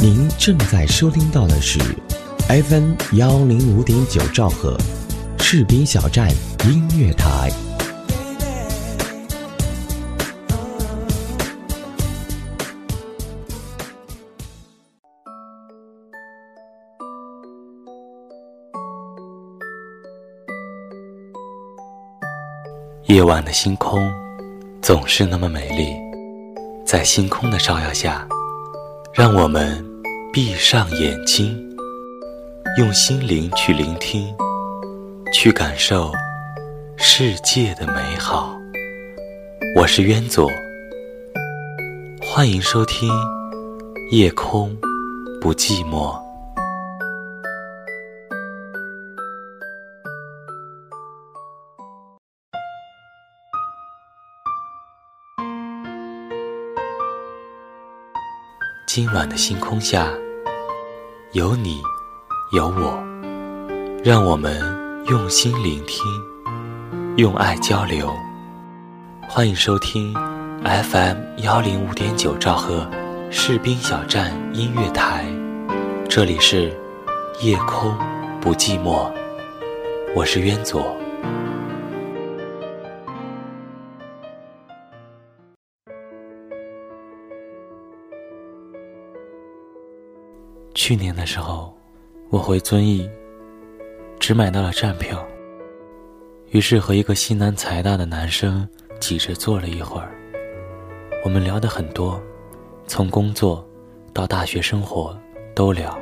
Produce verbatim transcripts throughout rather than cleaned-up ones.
您正在收听到的是 F M 幺零五点九兆赫士兵小站音乐台。 夜晚的星空总是那么美丽，在星空的照耀下，让我们闭上眼睛，用心灵去聆听，去感受世界的美好。我是渊左，欢迎收听夜空不寂寞。今晚的星空下，有你，有我，让我们用心聆听，用爱交流。欢迎收听 F M 幺零五点九兆赫士兵小站音乐台，这里是夜空不寂寞，我是渊左。去年的时候，我回遵义，只买到了站票，于是和一个西南财大的男生挤着坐了一会儿。我们聊得很多，从工作到大学生活都聊。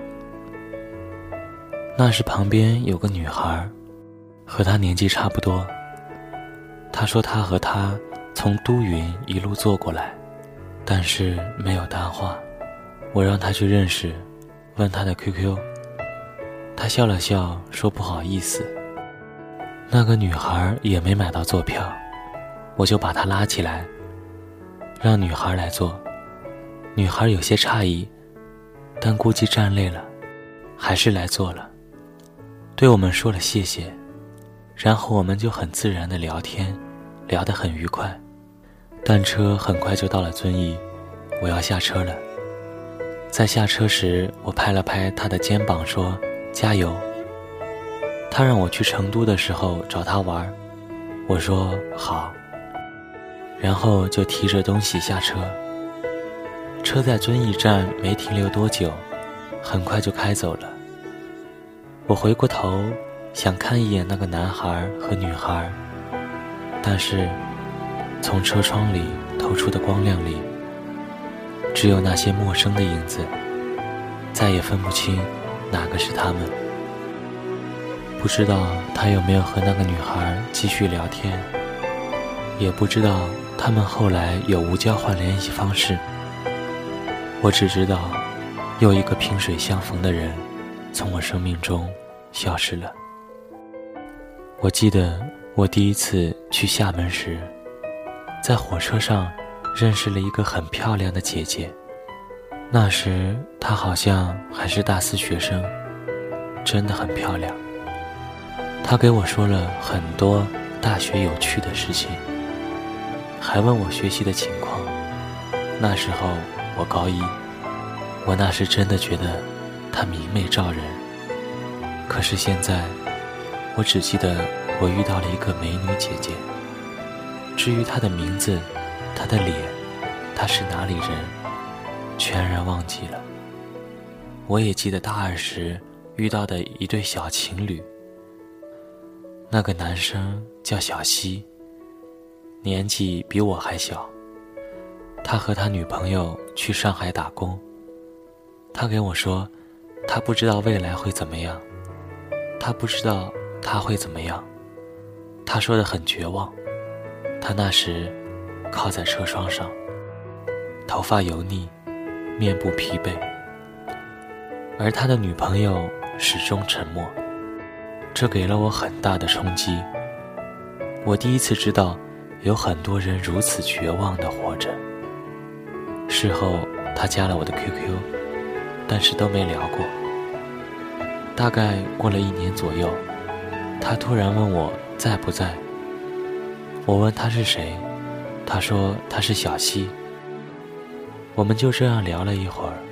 那时旁边有个女孩，和她年纪差不多。她说她和他从都匀一路坐过来，但是没有搭话。我让她去认识，问他的 Q Q， 他笑了笑说不好意思。那个女孩也没买到坐票，我就把她拉起来，让女孩来坐。女孩有些诧异，但估计站累了，还是来坐了，对我们说了谢谢，然后我们就很自然地聊天，聊得很愉快。但车很快就到了遵义，我要下车了。在下车时，我拍了拍他的肩膀说加油。他让我去成都的时候找他玩，我说好，然后就提着东西下车。车在遵义站没停留多久，很快就开走了。我回过头想看一眼那个男孩和女孩，但是从车窗里透出的光亮里，只有那些陌生的影子，再也分不清哪个是他们。不知道他有没有和那个女孩继续聊天，也不知道他们后来有无交换联系方式。我只知道又一个萍水相逢的人从我生命中消失了。我记得我第一次去厦门时，在火车上认识了一个很漂亮的姐姐，那时她好像还是大四学生，真的很漂亮。她给我说了很多大学有趣的事情，还问我学习的情况。那时候我高一，我那时真的觉得她明媚照人。可是现在，我只记得我遇到了一个美女姐姐，至于她的名字，她的脸，她是哪里人，全然忘记了。我也记得大二时遇到的一对小情侣，那个男生叫小西，年纪比我还小。他和他女朋友去上海打工，他给我说他不知道未来会怎么样，他不知道他会怎么样，他说得很绝望。他那时靠在车窗上，头发油腻，面部疲惫，而他的女朋友始终沉默，这给了我很大的冲击。我第一次知道有很多人如此绝望地活着。事后他加了我的 Q Q， 但是都没聊过。大概过了一年左右，他突然问我在不在。我问他是谁，他说他是小西。我们就这样聊了一会儿，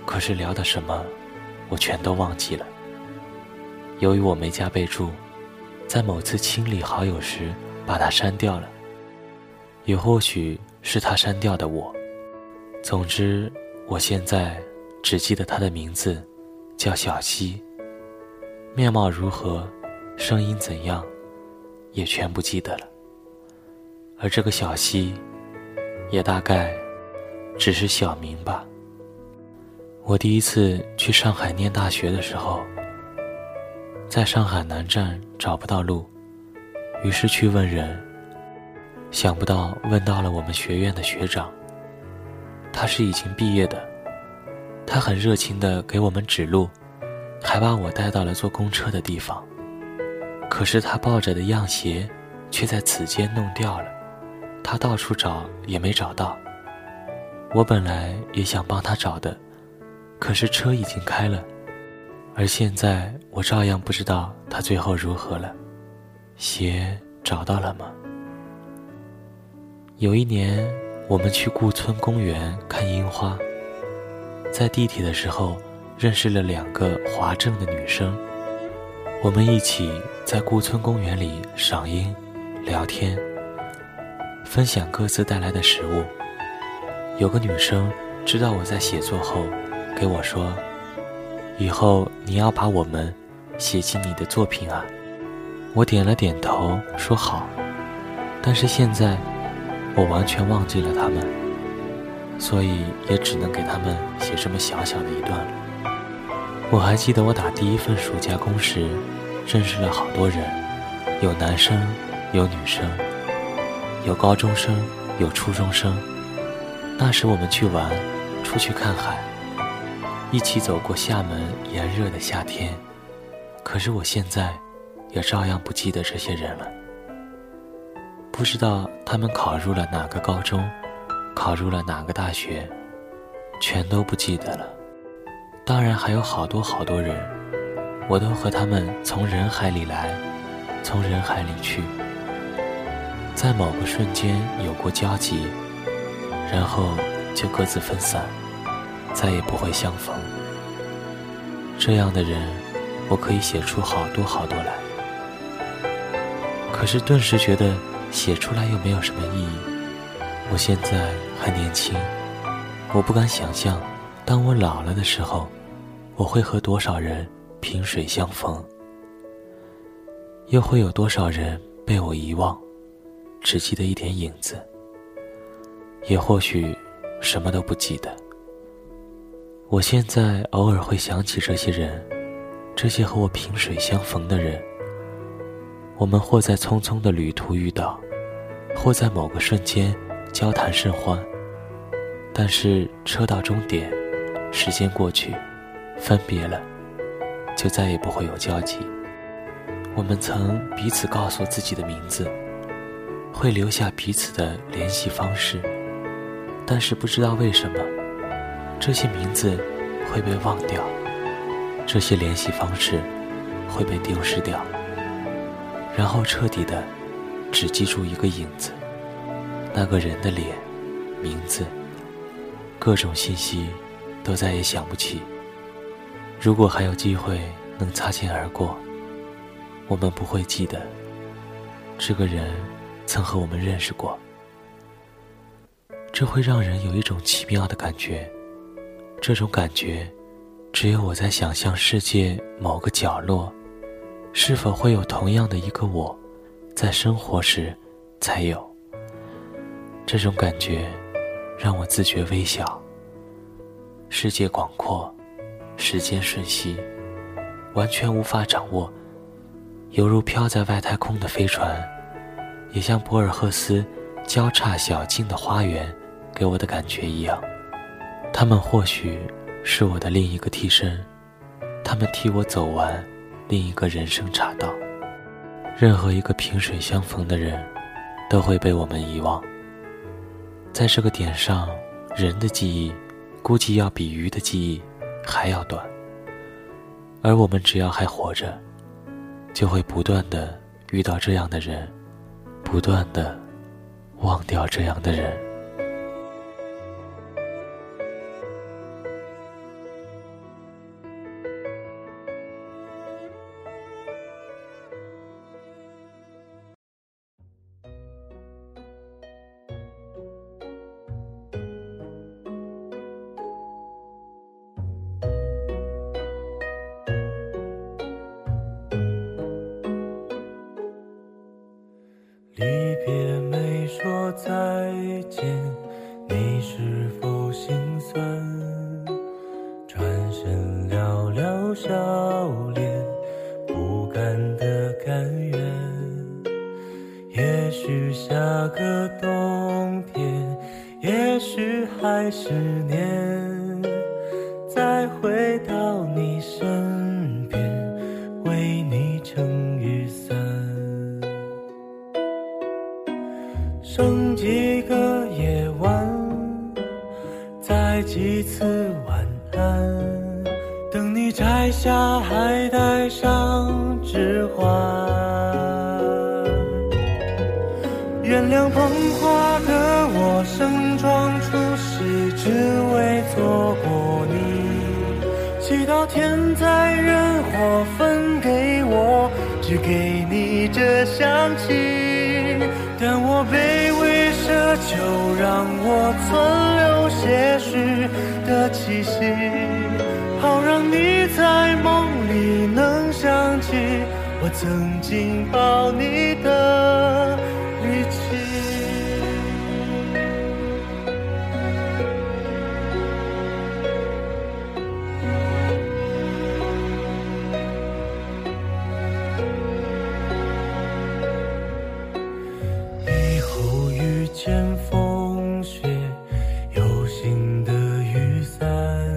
可是聊的什么，我全都忘记了。由于我没加备注，在某次清理好友时把它删掉了，也或许是他删掉的我。总之，我现在只记得他的名字叫小溪，面貌如何，声音怎样，也全不记得了。而这个小溪，也大概只是小名吧。我第一次去上海念大学的时候，在上海南站找不到路，于是去问人，想不到问到了我们学院的学长。他是已经毕业的，他很热情地给我们指路，还把我带到了坐公车的地方。可是他抱着的样鞋却在此间弄掉了，他到处找也没找到。我本来也想帮他找的，可是车已经开了，而现在我照样不知道他最后如何了。鞋找到了吗？有一年我们去顾村公园看樱花，在地铁的时候认识了两个华正的女生，我们一起在顾村公园里赏樱、聊天，分享各自带来的食物。有个女生知道我在写作后给我说，以后你要把我们写进你的作品啊。我点了点头说好，但是现在我完全忘记了他们，所以也只能给他们写这么小小的一段了。我还记得我打第一份暑假工时认识了好多人，有男生有女生，有高中生有初中生。那时我们去玩，出去看海，一起走过厦门炎热的夏天。可是我现在也照样不记得这些人了，不知道他们考入了哪个高中，考入了哪个大学，全都不记得了。当然还有好多好多人，我都和他们从人海里来，从人海里去，在某个瞬间有过交集，然后就各自分散，再也不会相逢。这样的人，我可以写出好多好多来。可是顿时觉得写出来又没有什么意义。我现在还年轻，我不敢想象，当我老了的时候，我会和多少人萍水相逢，又会有多少人被我遗忘，只记得一点影子，也或许什么都不记得。我现在偶尔会想起这些人，这些和我萍水相逢的人，我们或在匆匆的旅途遇到，或在某个瞬间交谈甚欢，但是车到终点，时间过去，分别了，就再也不会有交集。我们曾彼此告诉自己的名字，会留下彼此的联系方式，但是不知道为什么，这些名字会被忘掉，这些联系方式会被丢失掉，然后彻底的只记住一个影子，那个人的脸、名字，各种信息都再也想不起。如果还有机会能擦肩而过，我们不会记得这个人曾和我们认识过。这会让人有一种奇妙的感觉，这种感觉只有我在想象世界某个角落，是否会有同样的一个我在生活时才有。这种感觉让我自觉微小。世界广阔，时间瞬息，完全无法掌握，犹如飘在外太空的飞船，也像博尔赫斯交叉小径的花园给我的感觉一样。他们或许是我的另一个替身，他们替我走完另一个人生岔道。任何一个萍水相逢的人都会被我们遗忘，在这个点上，人的记忆估计要比鱼的记忆还要短，而我们只要还活着，就会不断地遇到这样的人，不断地忘掉这样的人。 是否心酸？转身寥寥笑脸，不甘的甘愿。也许下个冬天，也许还是年，再回到你身边，为你撑雨伞。剩几个夜晚，再几次晚安，等你摘下还带上指环。原谅捧花的我，盛装出席，只为错过你。祈祷天灾人祸分给我，只给你这香气。但我卑微奢求，让我存留些许的气息，好让你在梦里能想起我曾经抱你的力气。以后遇见风雪，有新的雨伞，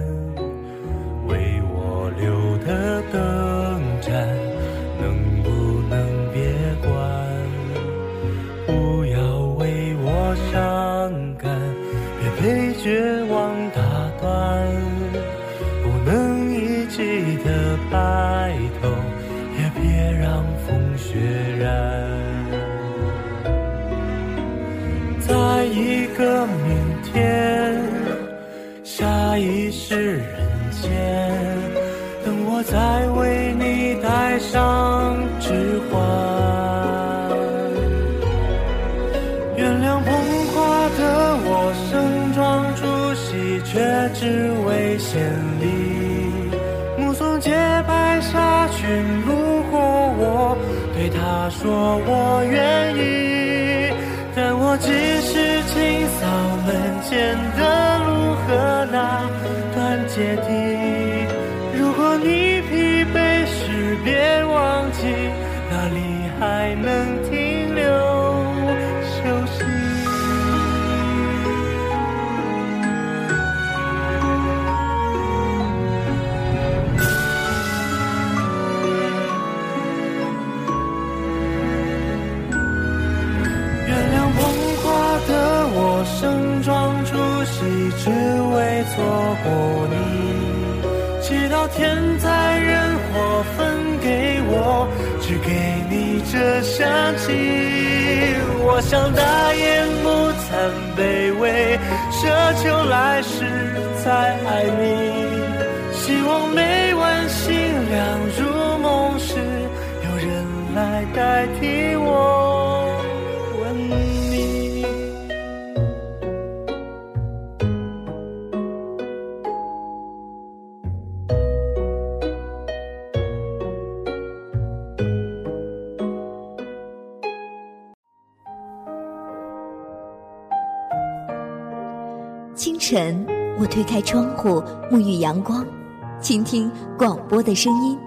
为我留的灯盏能不能别关？不要为我伤感，别被绝望打断。不能一起的白头，也别让风雪染。在一个明天，下一世人间，等我再为你戴上指环。原谅捧花的我，盛装出席，却只为献礼。目送洁白纱裙路过我，对她说我愿意。但我只是清扫门前的路和那段阶梯。如果你疲惫时别忘记，哪里还能停留休息。我盛装出席，只为错过你。祈祷天灾人祸分给我，只给你这香气。我想大言不惭卑微，奢求来世再爱你。希望每晚星亮入梦时，有人来代替我吻你。 清晨，我推开窗户，沐浴阳光，倾听广播的声音。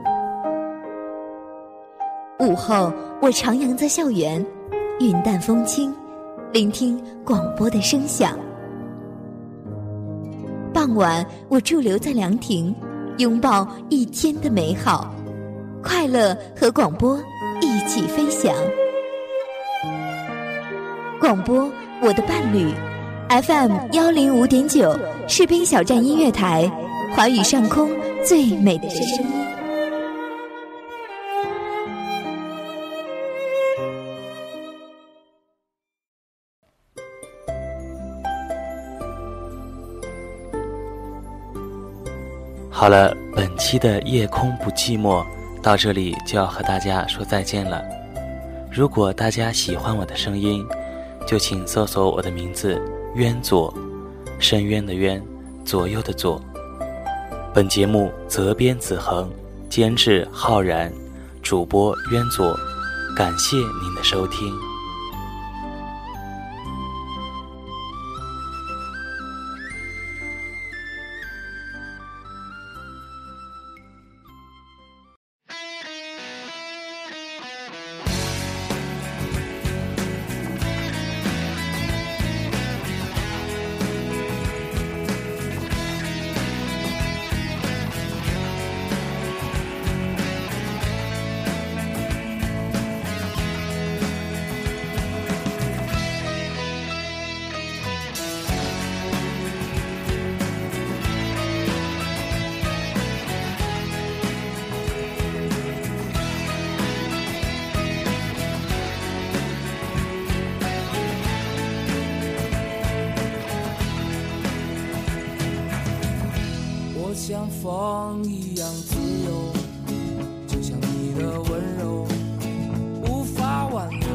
午后，我徜徉在校园，云淡风轻，聆听广播的声响。傍晚，我驻留在凉亭，拥抱一天的美好，快乐和广播一起飞翔。广播，我的伴侣。F M 幺零五点九，士兵小站音乐台，华语上空最美的声音。 好了，本期的夜空不寂寞到这里就要和大家说再见了。如果大家喜欢我的声音，就请搜索我的名字渊左，深渊的渊，左右的左。本节目责编子恒，监制浩然，主播渊左，感谢您的收听。 我像风一样自由，就像你的温柔无法挽留。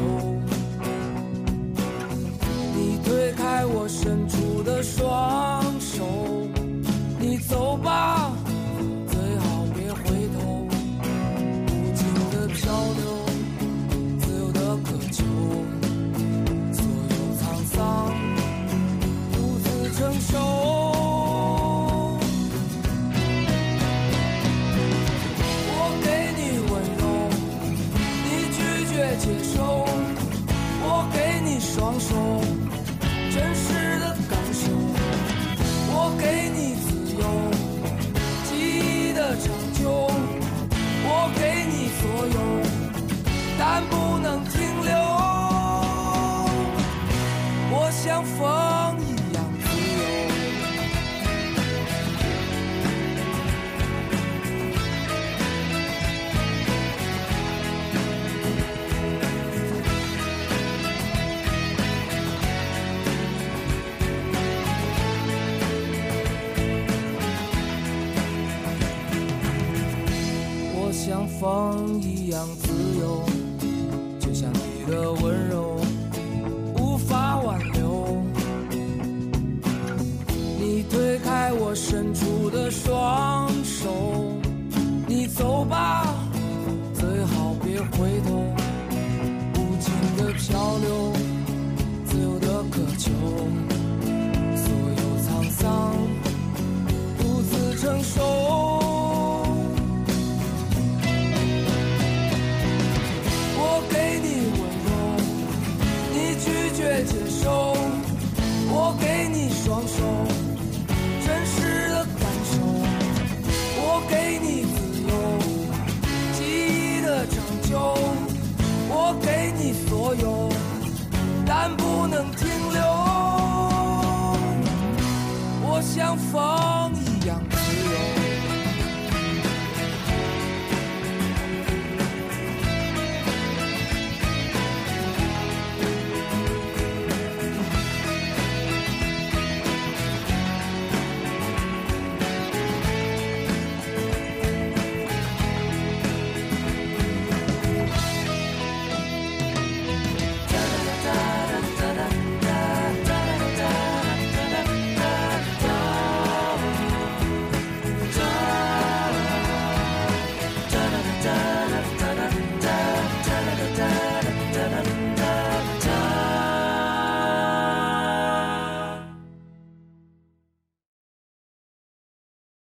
你推开我伸出的双手，你走吧，最好别回头。无尽的漂流，自由的渴求，所有沧桑独自承受。接受，我给你双手，真实的感受，我给你自由，记忆的长久，我给你所有，但不能停留。我像风一样自由。像风一样自由，就像你的温柔无法挽留。你推开我伸出的双手，你走吧，最好别回头。无尽的漂流，自由的渴求，所有沧桑独自承受。接受，我给你双手，真实的感受，我给你自由，记忆的长久，我给你所有，但不能停留。我像风